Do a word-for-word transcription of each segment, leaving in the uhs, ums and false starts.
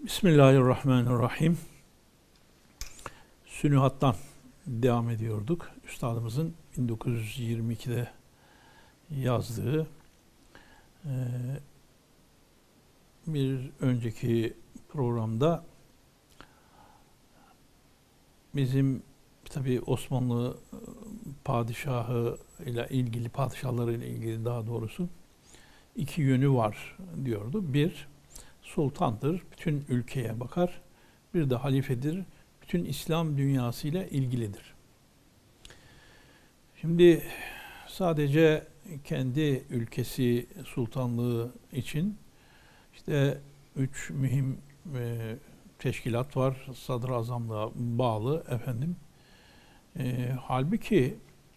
Bismillahirrahmanirrahim. Sünuhattan devam ediyorduk. Üstadımızın bin dokuz yüz yirmi ikide yazdığı e, bir önceki programda bizim tabii Osmanlı padişahı ile ilgili, padişahları ile ilgili daha doğrusu iki yönü var diyordu. Bir, sultandır, bütün ülkeye bakar. Bir de halifedir, bütün İslam dünyasıyla ilgilidir. Şimdi sadece kendi ülkesi sultanlığı için işte üç mühim e, teşkilat var. Sadrazamlığa bağlı efendim. E, halbuki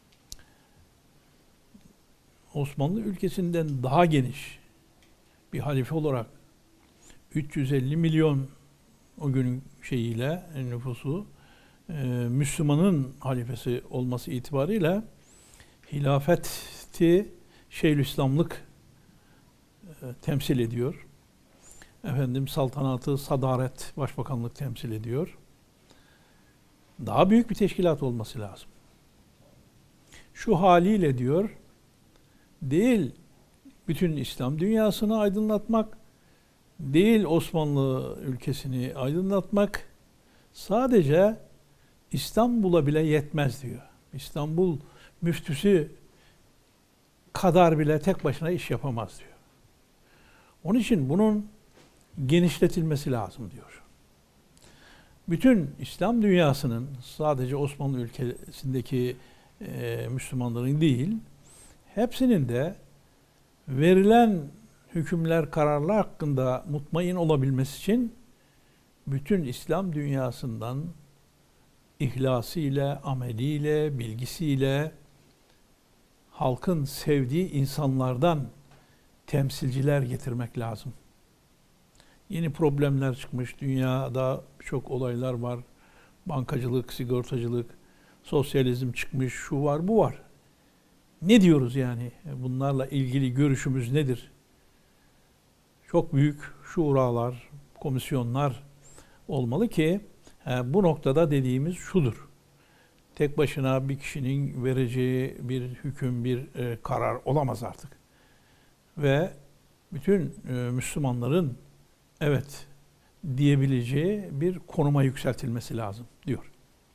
Osmanlı ülkesinden daha geniş bir halife olarak üç yüz elli milyon o günün şeyiyle nüfusu e, Müslümanın halifesi olması itibariyle hilafeti Şeyhülislamlık e, temsil ediyor. Efendim saltanatı sadaret, başbakanlık temsil ediyor. Daha büyük bir teşkilat olması lazım. Şu haliyle diyor, değil bütün İslam dünyasını aydınlatmak, değil Osmanlı ülkesini aydınlatmak, sadece İstanbul'a bile yetmez diyor. İstanbul müftüsü kadar bile tek başına iş yapamaz diyor. Onun için bunun genişletilmesi lazım diyor. Bütün İslam dünyasının, sadece Osmanlı ülkesindeki e, Müslümanların değil, hepsinin de verilen hükümler, kararlar hakkında mutmain olabilmesi için bütün İslam dünyasından ihlasıyla, ameliyle, bilgisiyle, halkın sevdiği insanlardan temsilciler getirmek lazım. Yeni problemler çıkmış, dünyada çok olaylar var. Bankacılık, sigortacılık, sosyalizm çıkmış, şu var, bu var. Ne diyoruz yani? Bunlarla ilgili görüşümüz nedir? Çok büyük şuralar, komisyonlar olmalı ki bu noktada dediğimiz şudur. Tek başına bir kişinin vereceği bir hüküm, bir karar olamaz artık. Ve bütün Müslümanların evet diyebileceği bir konuma yükseltilmesi lazım diyor.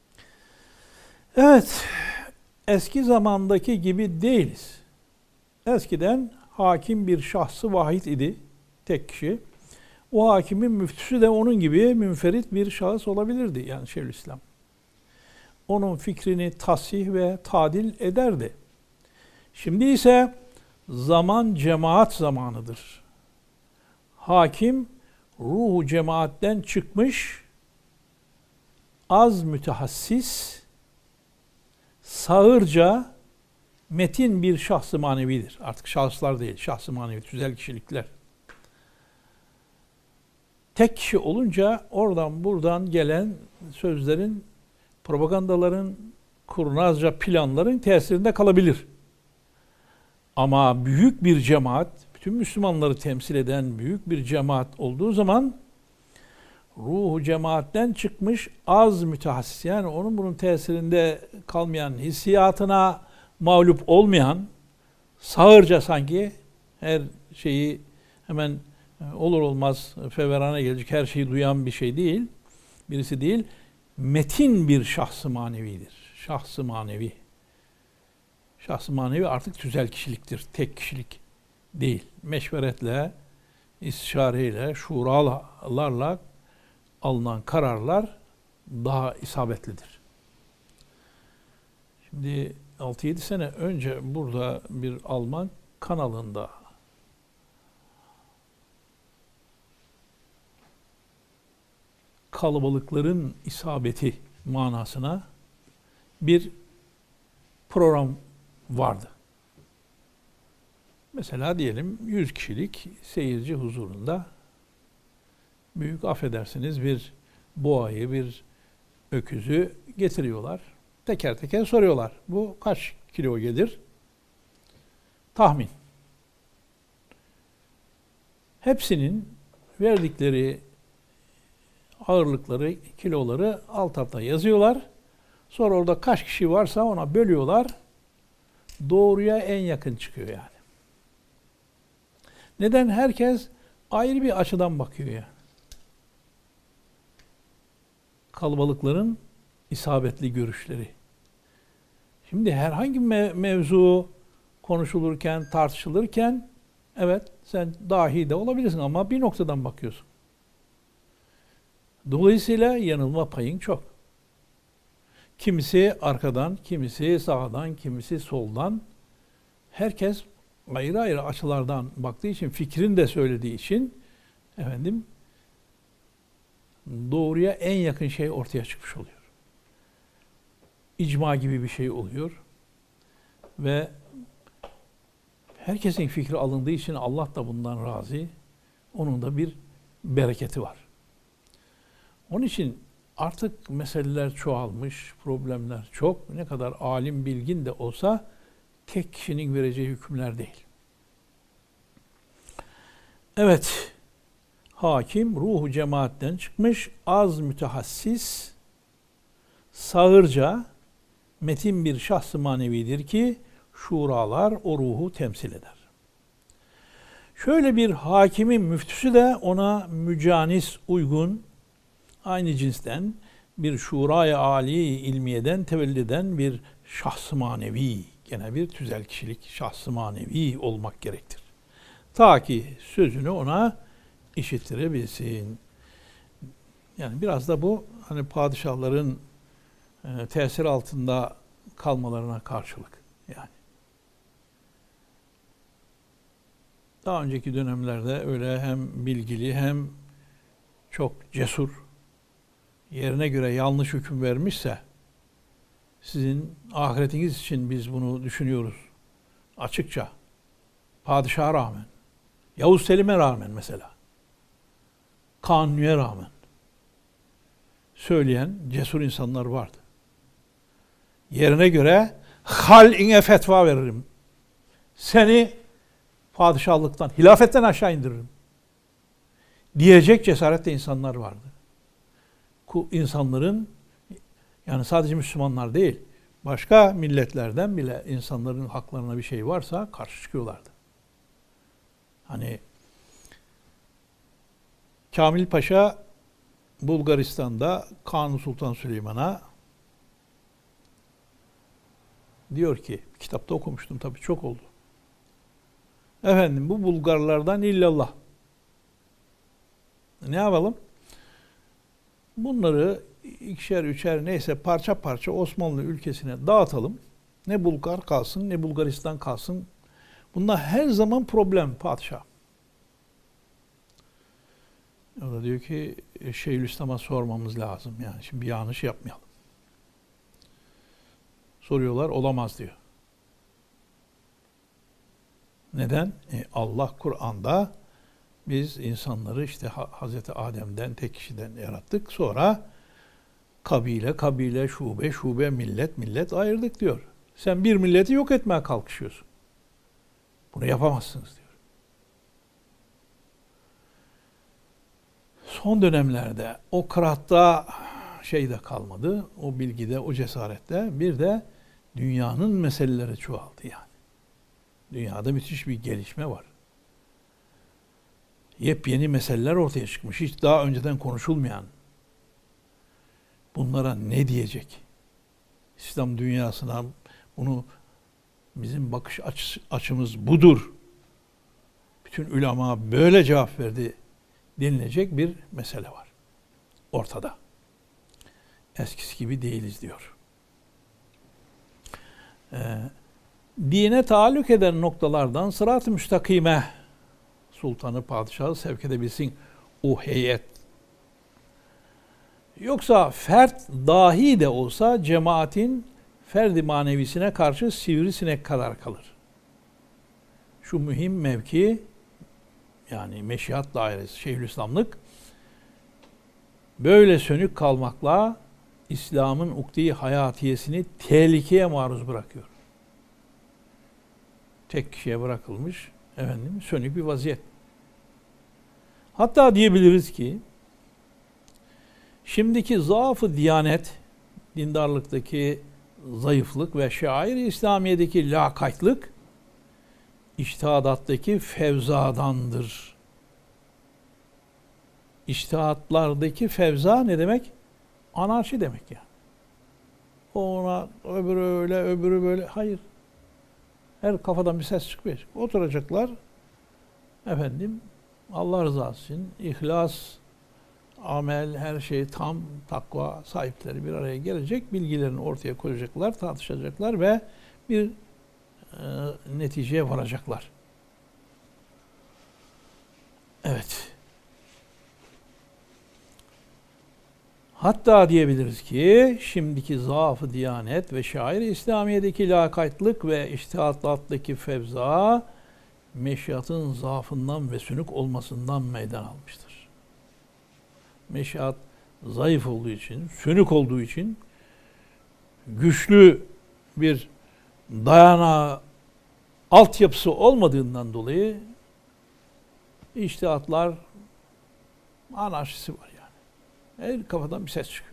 Evet, eski zamandaki gibi değiliz. Eskiden hakim bir şahsı vahid idi, tek kişi. O hakimin müftüsü de onun gibi münferit bir şahıs olabilirdi, yani Şeyhülislam. Onun fikrini tasih ve tadil ederdi. Şimdi ise zaman cemaat zamanıdır. Hakim ruhu cemaatten çıkmış, az mütehassis, sağırca, metin bir şahs-ı manevidir. Artık şahıslar değil, şahs-ı manevi, tüzel kişilikler. Tek kişi olunca oradan buradan gelen sözlerin, propagandaların, kurnazca planların tesirinde kalabilir. Ama büyük bir cemaat, bütün Müslümanları temsil eden büyük bir cemaat olduğu zaman ruhu cemaatten çıkmış az mütehassis, yani onun bunun tesirinde kalmayan, hissiyatına mağlup olmayan, sağırca sanki her şeyi hemen olur olmaz feverana gelecek, her şeyi duyan bir şey değil, birisi değil, metin bir şahs-ı manevidir. Şahs-ı manevi. Şahs-ı manevi artık tüzel kişiliktir, tek kişilik değil. Meşveretle, istişareyle, şuralarla alınan kararlar daha isabetlidir. Şimdi altı yedi sene önce burada bir Alman kanalında kalabalıkların isabeti manasına bir program vardı. Mesela diyelim yüz kişilik seyirci huzurunda büyük, affedersiniz, bir boğayı, bir öküzü getiriyorlar. Teker teker soruyorlar. Bu kaç kilo gelir? Tahmin. Hepsinin verdikleri ağırlıkları, kiloları alt alta yazıyorlar. Sonra orada kaç kişi varsa ona bölüyorlar. Doğruya en yakın çıkıyor yani. Neden? Herkes ayrı bir açıdan bakıyor yani. Kalabalıkların isabetli görüşleri. Şimdi herhangi bir mev- mevzu konuşulurken, tartışılırken evet sen dahi de olabilirsin ama bir noktadan bakıyorsun. Dolayısıyla yanılma payın çok. Kimisi arkadan, kimisi sağdan, kimisi soldan. Herkes ayrı ayrı açılardan baktığı için, fikrini de söylediği için efendim doğruya en yakın şey ortaya çıkmış oluyor. İcma gibi bir şey oluyor. Ve herkesin fikri alındığı için Allah da bundan razı. Onun da bir bereketi var. Onun için artık meseleler çoğalmış, problemler çok. Ne kadar alim, bilgin de olsa tek kişinin vereceği hükümler değil. Evet, hakim ruhu cemaatten çıkmış, az mütehassis, sağırca, metin bir şahs-ı manevidir ki şuralar o ruhu temsil eder. Şöyle bir hakimin müftüsü de ona mücanis, uygun, aynı cinsten bir şuraya âli ilmiyeden tevelliden bir şahs-ı manevi, gene bir tüzel kişilik şahs-ı manevi olmak gerektir. Ta ki sözünü ona işittirebilsin. Yani biraz da bu hani padişahların e, tesir altında kalmalarına karşılık yani. Daha önceki dönemlerde öyle hem bilgili hem çok cesur, yerine göre yanlış hüküm vermişse sizin ahiretiniz için biz bunu düşünüyoruz açıkça. Padişaha rağmen, Yavuz Selim'e rağmen mesela, Kanuni'ye rağmen söyleyen cesur insanlar vardı. Yerine göre hal'ine fetva veririm. Seni padişahlıktan, hilafetten aşağı indiririm diyecek cesarette insanlar vardı. İnsanların, yani sadece Müslümanlar değil, başka milletlerden bile insanların haklarına bir şey varsa karşı çıkıyorlardı. Hani Kamil Paşa Bulgaristan'da Kanuni Sultan Süleyman'a diyor ki, kitapta okumuştum tabii çok oldu. Efendim bu Bulgarlardan illallah. Ne yapalım? Bunları ikişer üçer neyse parça parça Osmanlı ülkesine dağıtalım. Ne Bulgar kalsın ne Bulgaristan kalsın. Bunlar her zaman problem padişah. O da diyor ki Şeyhülislam'a sormamız lazım. Yani şimdi bir yanlış yapmayalım. Soruyorlar olamaz diyor. Neden? E Allah Kur'an'da biz insanları işte Hazreti Adem'den tek kişiden yarattık. Sonra kabile kabile, şube şube, millet millet ayırdık diyor. Sen bir milleti yok etmeye kalkışıyorsun. Bunu yapamazsınız diyor. Son dönemlerde o kıraatta şey de kalmadı. O bilgide, o cesarette bir de dünyanın meseleleri çoğaldı yani. Dünyada müthiş bir gelişme var. Yepyeni meseleler ortaya çıkmış. Hiç daha önceden konuşulmayan. Bunlara ne diyecek? İslam dünyasına bunu bizim bakış açı, açımız budur. Bütün ulema böyle cevap verdi denilecek bir mesele var. Ortada. Eskisi gibi değiliz diyor. Ee, dine taalluk eden noktalardan sırat-ı müstakime sultanı, padişahı sevk edebilsin o heyet. Yoksa fert dahi de olsa cemaatin ferdi manevisine karşı sivrisinek kadar kalır. Şu mühim mevki, yani meşihat dairesi, Şeyhülislamlık böyle sönük kalmakla İslam'ın ukde-i hayatiyesini tehlikeye maruz bırakıyor. Tek kişiye bırakılmış efendim sönük bir vaziyet. Hatta diyebiliriz ki Şimdiki zaaf-ı diyanet, dindarlıktaki zayıflık ve şair-i İslamiye'deki lakaytlık, içtihadattaki fevzadandır. İçtihatlardaki fevza ne demek? Anarşi demek yani. Ona öbürü öyle, öbürü böyle. Hayır. Her kafadan bir ses çıkmayacak. Oturacaklar. Efendim, Allah rızası için ihlas, amel, her şey tam, takva sahipleri bir araya gelecek. Bilgilerini ortaya koyacaklar, tartışacaklar ve bir e, neticeye varacaklar. Evet. Hatta diyebiliriz ki şimdiki zaaf-ı diyanet ve şair-i İslamiye'deki lakaytlık ve içtihatlattaki fevza meşiyatın zaafından ve sönük olmasından meydana almıştır. Meşiyat zayıf olduğu için, sönük olduğu için güçlü bir dayanağı, altyapısı olmadığından dolayı içtihatlar anarşisi var. Her kafadan bir ses çıkıyor.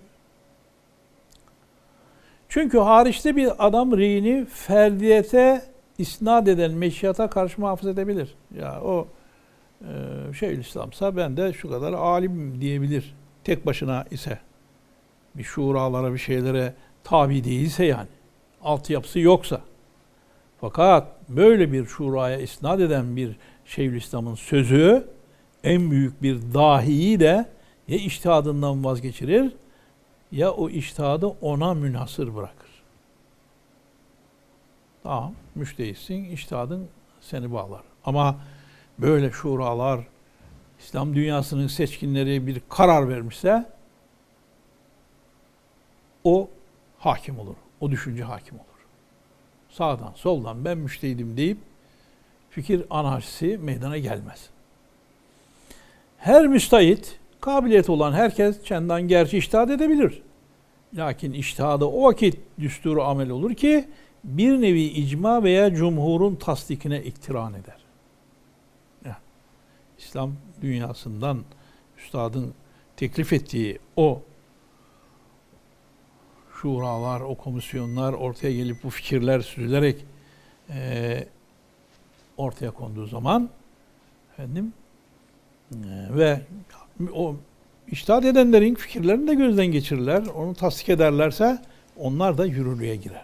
Çünkü hariçte bir adam reyini ferdiyete isnat eden meşiyata karşı muhafaza edebilir. Ya o e, Şeyhülislam'sa ben de şu kadar alim diyebilir. Tek başına ise bir şuralara, bir şeylere tabi değilse yani. Altyapısı yoksa. Fakat böyle bir şuraya isnat eden bir Şeyhülislam'ın sözü en büyük bir dahiyi de ya içtihadından vazgeçirir ya o içtihadı ona münhasır bırakır. Tamam, müştehitsin, içtihadın seni bağlar. Ama böyle şuralar, İslam dünyasının seçkinleri bir karar vermişse o hakim olur. O düşünce hakim olur. Sağdan, soldan ben müştehidim deyip fikir anarşisi meydana gelmez. Her müstahit, kabiliyeti olan herkes çendan gerçi içtihat edebilir. Lakin içtihadı o vakit düsturu amel olur ki bir nevi icma veya cumhurun tasdikine iktiran eder. Yani, İslam dünyasından üstadın teklif ettiği o şuralar, o komisyonlar ortaya gelip bu fikirler süzülerek e, ortaya konduğu zaman efendim e, ve o içtihat edenlerin fikirlerini de gözden geçirirler. Onu tasdik ederlerse onlar da yürürlüğe girer.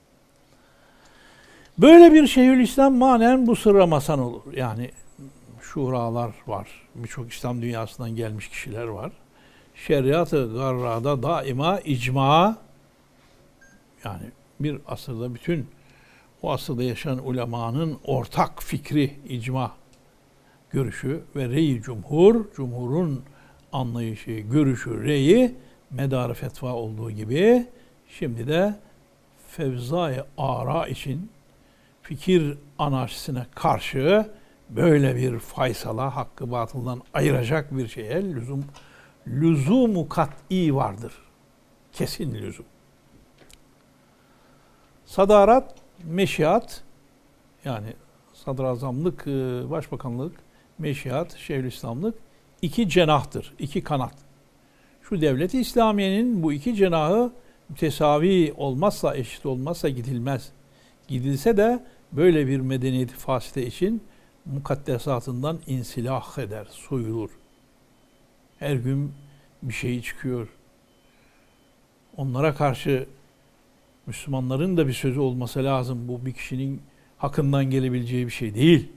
Böyle bir Şeyhülislam manen bu sırra masan olur. Yani şuralar var. Birçok İslam dünyasından gelmiş kişiler var. Şeriat-ı garrada daima icma, yani bir asırda bütün o asırda yaşayan ulemanın ortak fikri icma görüşü ve rey-i cumhur, cumhurun anlayışı, görüşü, reyi medar fetva olduğu gibi şimdi de fevza-i ara için fikir anarşisine karşı böyle bir faysala, hakkı batıldan ayıracak bir şeye lüzum lüzumu kat'i vardır. Kesin lüzum. Sadarat, meşiat, yani sadrazamlık, başbakanlık, meşiat, Şeyhülislamlık iki cenahtır, iki kanat. Şu devlet-i İslamiye'nin bu iki cenahı mütesavi olmazsa, eşit olmazsa gidilmez. Gidilse de böyle bir medeniyet faside için mukaddesatından insilah eder, soyulur. Her gün bir şey çıkıyor. Onlara karşı Müslümanların da bir sözü olması lazım. Bu bir kişinin hakkından gelebileceği bir şey değil.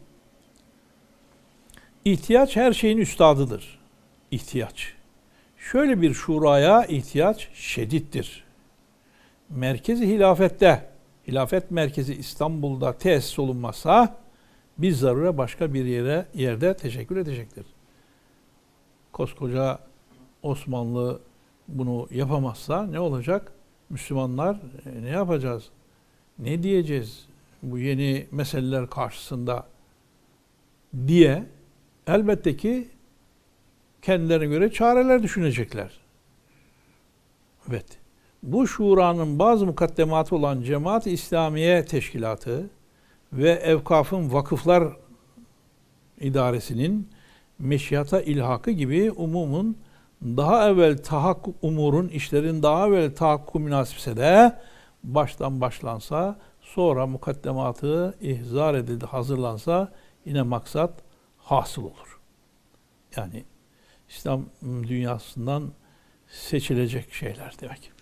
İhtiyaç her şeyin üstadıdır. İhtiyaç. Şöyle bir şuraya ihtiyaç şedittir. Merkezi hilafette, hilafet merkezi İstanbul'da tesis olunmazsa bir zarure başka bir yere yerde teşekkür edecektir. Koskoca Osmanlı bunu yapamazsa ne olacak? Müslümanlar e, ne yapacağız? Ne diyeceğiz bu yeni meseleler karşısında diye elbette ki kendilerine göre çareler düşünecekler. Evet. Bu şuranın bazı mukaddematı olan Cemaat-i İslamiye Teşkilatı ve Evkaf'ın Vakıflar İdaresi'nin meşiyata ilhakı gibi umumun daha evvel tahakkuk umurun, işlerin daha evvel tahakkuk münasipse de baştan başlansa, sonra mukaddematı ihzar edildi, hazırlansa yine maksat hasıl olur. Yani İslam dünyasından seçilecek şeyler demek.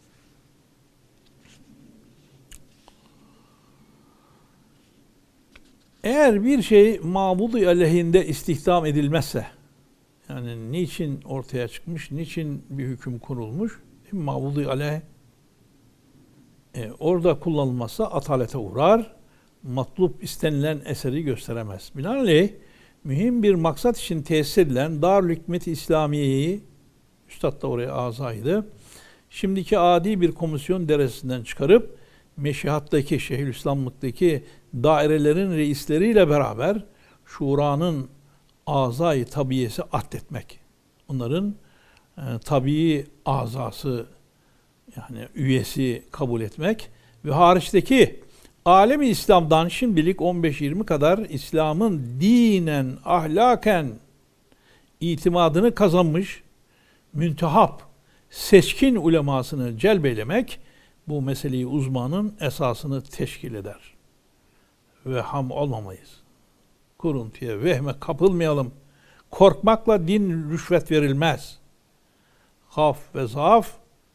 Eğer bir şey mabudu aleyhinde istihdam edilmezse, yani niçin ortaya çıkmış, niçin bir hüküm kurulmuş, mabudu aleyh e, orada kullanılmazsa atalete uğrar, matlup istenilen eseri gösteremez. Binaenaleyh mühim bir maksat için tesis edilen Darül Hikmet-i İslamiye'yi, Üstad da oraya azaydı, şimdiki adi bir komisyon deresinden çıkarıp meşihattaki, Şeyhülislamlıktaki dairelerin reisleriyle beraber şuranın azayı tabiyesi addetmek. Onların e, tabii azası, yani üyesi kabul etmek ve hariçteki alemi İslam'dan şimdilik on beş yirmi kadar İslam'ın dinen, ahlaken itimadını kazanmış müntehap, seçkin ulemasını celbeylemek bu meseleyi uzmanın esasını teşkil eder. Ve ham olmamayız. Kuruntuya, vehme kapılmayalım. Korkmakla din rüşvet verilmez. Haf ve zaaf,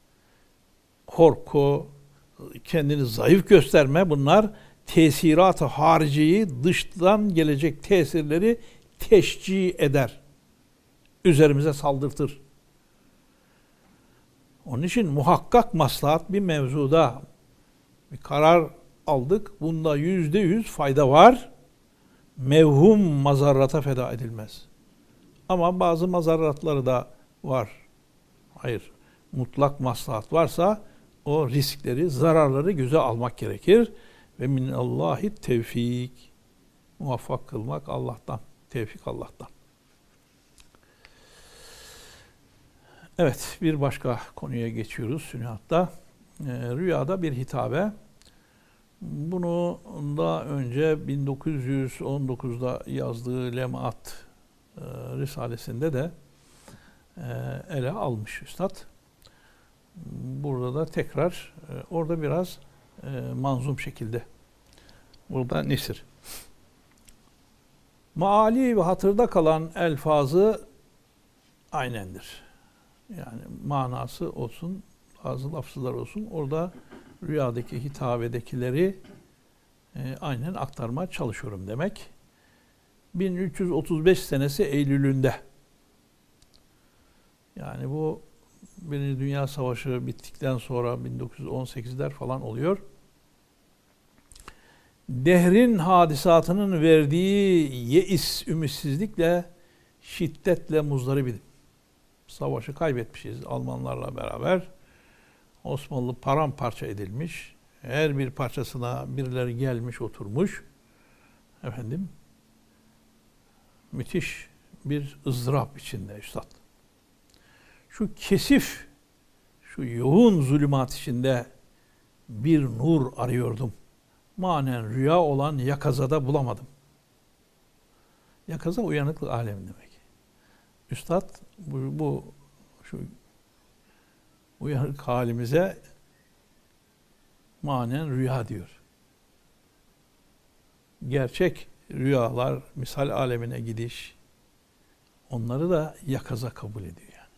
korku, kendini zayıf gösterme, bunlar tesirat-ı hariciyi, dıştan gelecek tesirleri teşcih eder. Üzerimize saldırtır. Onun için muhakkak maslahat bir mevzuda bir karar aldık. Bunda yüzde yüz fayda var. Mevhum mazarrata feda edilmez. Ama bazı mazarratları da var. Hayır. Mutlak maslahat varsa o riskleri, zararları göze almak gerekir. Ve minallahi tevfik. Muvaffak kılmak Allah'tan. Tevfik Allah'tan. Evet, bir başka konuya geçiyoruz Sünihat'ta. Ee, rüyada bir hitabe. Bunu da önce bin dokuz yüz on dokuzda yazdığı Lemaat e, Risalesinde de e, ele almış Üstad. Burada da tekrar, e, orada biraz e, manzum şekilde. Burada nesir. Maali ve hatırda kalan elfazı aynendir. Yani manası olsun, bazı lafızlar olsun. Orada rüyadaki hitabedekileri e, aynen aktarmaya çalışıyorum demek. bin üç yüz otuz beş senesi Eylül'ünde. Yani bu Birinci Dünya Savaşı bittikten sonra bin dokuz yüz on sekizler falan oluyor. Dehrin hadisatının verdiği yeis, ümitsizlikle, şiddetle muzdaribidim. Savaşı kaybetmişiz Almanlarla beraber. Osmanlı paramparça edilmiş. Her bir parçasına birileri gelmiş, oturmuş. Efendim, müthiş bir ızdırap içinde Üstad. Şu kesif, şu yoğun zulümat içinde bir nur arıyordum. Manen rüya olan yakazada bulamadım. Yakaza uyanıklık alemi demek. Üstad bu, bu şu uyanık halimize manen rüya diyor. Gerçek rüyalar, misal alemine gidiş, onları da yakaza kabul ediyor yani.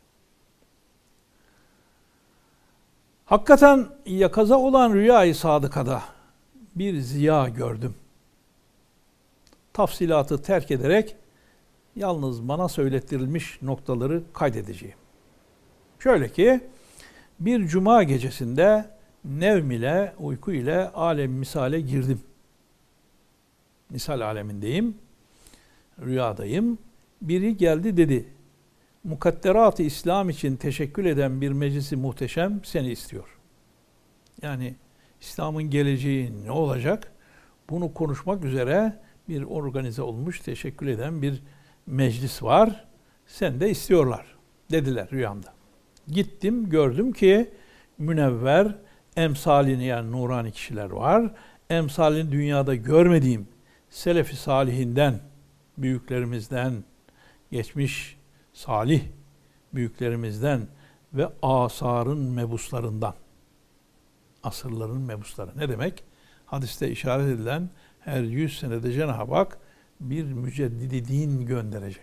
Hakikaten yakaza olan rüyayı sadıkada bir ziya gördüm. Tafsilatı terk ederek yalnız bana söylettirilmiş noktaları kaydedeceğim. Şöyle ki, bir cuma gecesinde nevm ile, uyku ile alem misale girdim. Misal alemindeyim, rüyadayım. Biri geldi dedi, mukadderat-ı İslam için teşekkül eden bir meclisi muhteşem seni istiyor. Yani İslam'ın geleceği ne olacak? Bunu konuşmak üzere bir organize olmuş, teşekkül eden bir meclis var. Sen de istiyorlar dediler rüyamda. Gittim, gördüm ki münevver, emsalini yani nurani kişiler var. Emsalini dünyada görmediğim Selef-i Salihinden, büyüklerimizden, geçmiş salih büyüklerimizden ve asarın mebuslarından. Asırların mebusları. Ne demek? Hadiste işaret edilen her yüz senede Cenab-ı Hak bir müceddidi din gönderecek.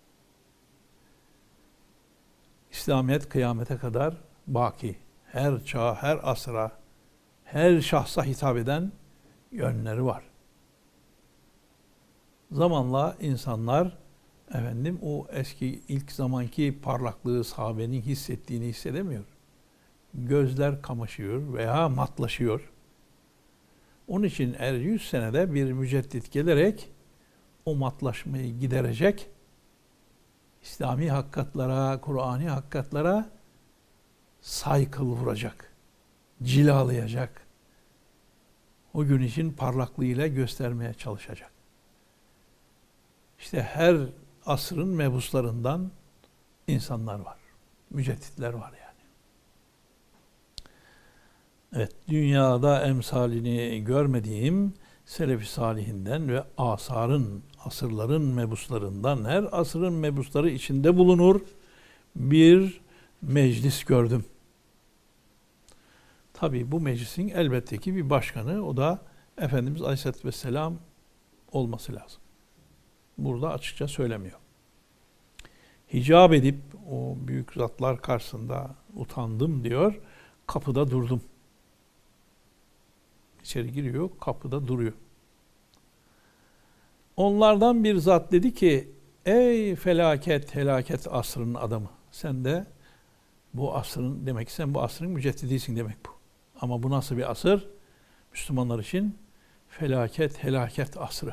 İslamiyet kıyamete kadar baki. Her çağa, her asra, her şahsa hitap eden yönleri var. Zamanla insanlar efendim o eski ilk zamanki parlaklığı sahabenin hissettiğini hissedemiyor. Gözler kamaşıyor veya matlaşıyor. Onun için her yüz senede bir müceddit gelerek o matlaşmayı giderecek, İslami hakikatlara, Kur'ani hakikatlara saykıl vuracak, cilalayacak. O gün için parlaklığıyla göstermeye çalışacak. İşte her asrın mebuslarından insanlar var. Mücedditler var yani. Evet, dünyada emsalini görmediğim Selef-i Salihinden ve asarın, asırların mebuslarından, her asrın mebusları içinde bulunur bir meclis gördüm. Tabii bu meclisin elbette ki bir başkanı, o da Efendimiz Aleyhisselatü Vesselam olması lazım. Burada açıkça söylemiyor. Hicap edip o büyük zatlar karşısında utandım diyor, kapıda durdum. İçeri giriyor, kapıda duruyor. Onlardan bir zat dedi ki, ey felaket, helaket asrının adamı. Sen de bu asrın, demek ki sen bu asrın müceddidisin demek bu. Ama bu nasıl bir asır? Müslümanlar için felaket, helaket asrı.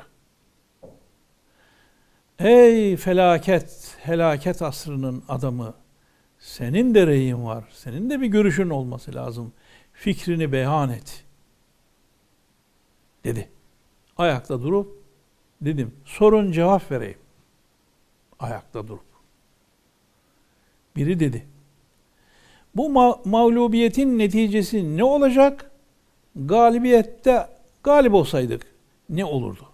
Ey felaket, helaket asrının adamı, senin de reyin var, senin de bir görüşün olması lazım. Fikrini beyan et, dedi. Ayakta durup, dedim, sorun cevap vereyim. Ayakta durup. Biri dedi, bu ma- mağlubiyetin neticesi ne olacak? Galibiyette galip olsaydık ne olurdu?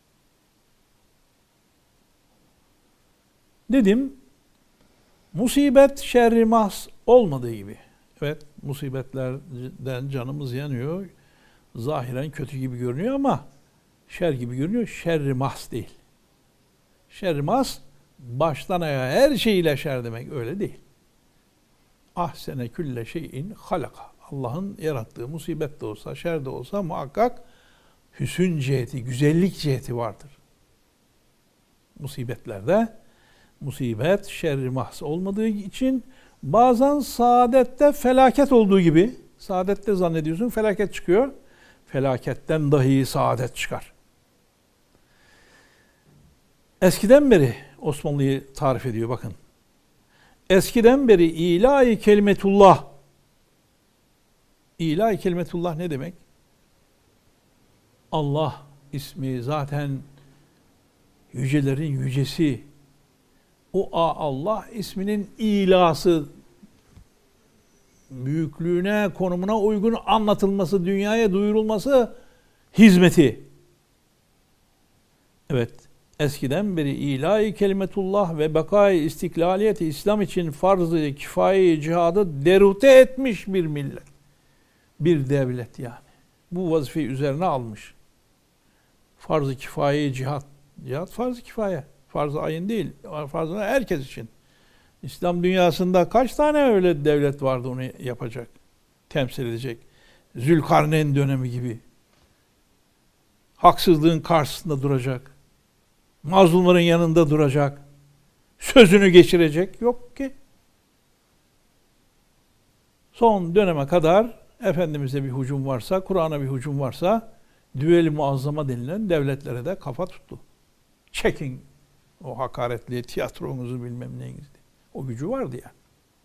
Dedim, musibet şerri mahs olmadığı gibi. Evet, musibetlerden canımız yanıyor. Zahiren kötü gibi görünüyor ama şer gibi görünüyor. Şerri mahs değil. Şerri mahs baştan ayağa her şeyiyle şer demek, öyle değil. Ahsene külle şeyin halaka. Allah'ın yarattığı musibet de olsa, şer de olsa muhakkak hüsün ciheti, güzellik ciheti vardır. Musibetlerde musibet şerri mahs olmadığı için bazen saadette felaket olduğu gibi, saadette zannediyorsun felaket çıkıyor. Felaketten dahi saadet çıkar. Eskiden beri Osmanlı'yı tarif ediyor bakın. Eskiden beri ilahi kelimetullah. İlahi kelimetullah ne demek? Allah ismi zaten yücelerin yücesi. O Allah isminin ilası, büyüklüğüne, konumuna uygun anlatılması, dünyaya duyurulması hizmeti. Evet, eskiden beri ilahi kelimetullah ve bekâ-i istiklaliyeti İslam için farz-ı kifaye cihadı derute etmiş bir millet. Bir devlet yani. Bu vazifeyi üzerine almış. Farz-ı kifaye cihat. Cihat farz-ı kifaye. Farz-ı ayın değil. Farz-ı herkes için. İslam dünyasında kaç tane öyle devlet vardı onu yapacak, temsil edecek? Zülkarneyn dönemi gibi. Haksızlığın karşısında duracak. Mazlumların yanında duracak. Sözünü geçirecek. Yok ki. Son döneme kadar Efendimiz'e bir hücum varsa, Kur'an'a bir hücum varsa düvel-i muazzama denilen devletlere de kafa tuttu. Çekin o hakaretli tiyatronuzu bilmem neyinizi. O gücü vardı ya.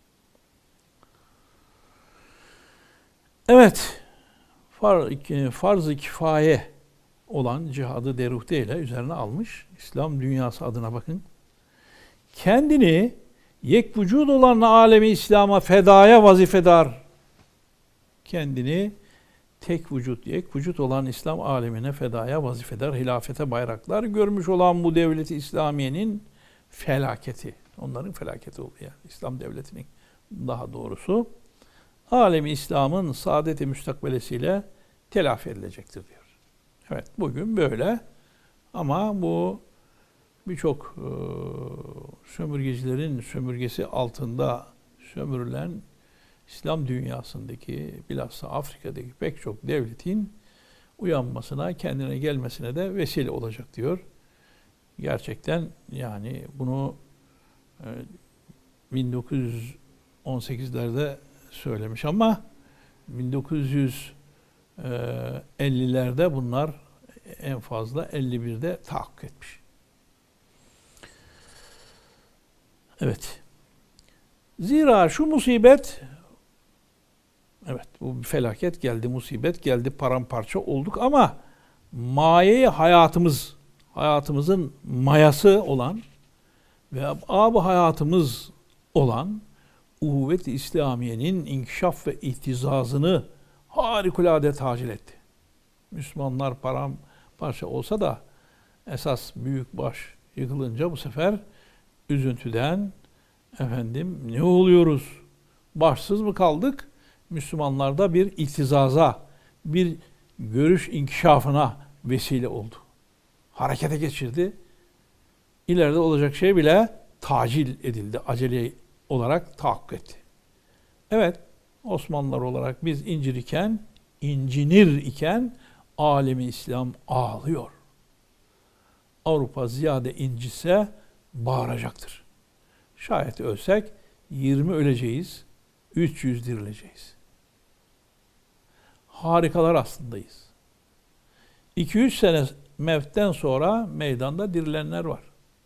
Evet, farz-ı kifaye olan cihadı deruhte ile üzerine almış. İslam dünyası adına bakın. Kendini yek vücud olan alemi İslam'a fedaya vazifedar. Kendini tek vücut, yek vücut olan İslam alemine fedaya vazifedar, hilafete bayraklar görmüş olan bu devleti İslamiye'nin felaketi. Onların felaketi oldu yani. İslam devletinin daha doğrusu alemi İslam'ın saadet-i müstakbelesiyle telafi edilecektir diyor. Evet, bugün böyle ama bu birçok e, sömürgecilerin sömürgesi altında sömürülen İslam dünyasındaki bilhassa Afrika'daki pek çok devletin uyanmasına, kendine gelmesine de vesile olacak diyor. Gerçekten yani bunu e, bin dokuz yüz on sekizlerde söylemiş ama bin dokuz yüz ellilerde bunlar en fazla elli birde tahakkuk etmiş. Evet. Zira şu musibet, evet bu bir felaket geldi, musibet geldi, paramparça olduk ama mayeyi hayatımız, hayatımızın mayası olan ve ab hayatımız olan uhuvvet-i İslamiye'nin inkişaf ve ihtizazını harikulade tacil etti. Müslümanlar paramparça olsa da esas büyük baş yıkılınca bu sefer üzüntüden efendim ne oluyoruz? Başsız mı kaldık? Müslümanlarda bir ihtizaza, bir görüş inkişafına vesile oldu. Harekete geçirdi. İleride olacak şey bile tacil edildi. Acele olarak tahakkuk etti. Evet, Osmanlılar olarak biz incir iken, incinir iken alemi İslam ağlıyor. Avrupa ziyade incise bağıracaktır. Şayet ölsek yirmi öleceğiz, üç yüz dirileceğiz. Harikalar aslındayız. iki üç sene mevtten sonra meydanda dirilenler var.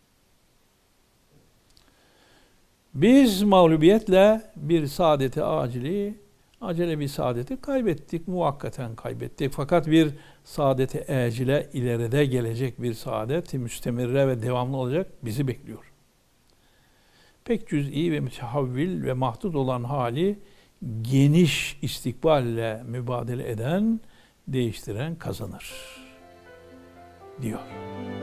Biz mağlubiyetle bir saadeti acili, acele bir saadeti kaybettik, muvakkaten kaybettik. Fakat bir saadeti acile ileride gelecek bir saadet, müstemirre ve devamlı olacak bizi bekliyor. Pek cüz'i ve mütehavvil ve mahdut olan hali geniş istikballe mübadele eden, değiştiren kazanır diyor.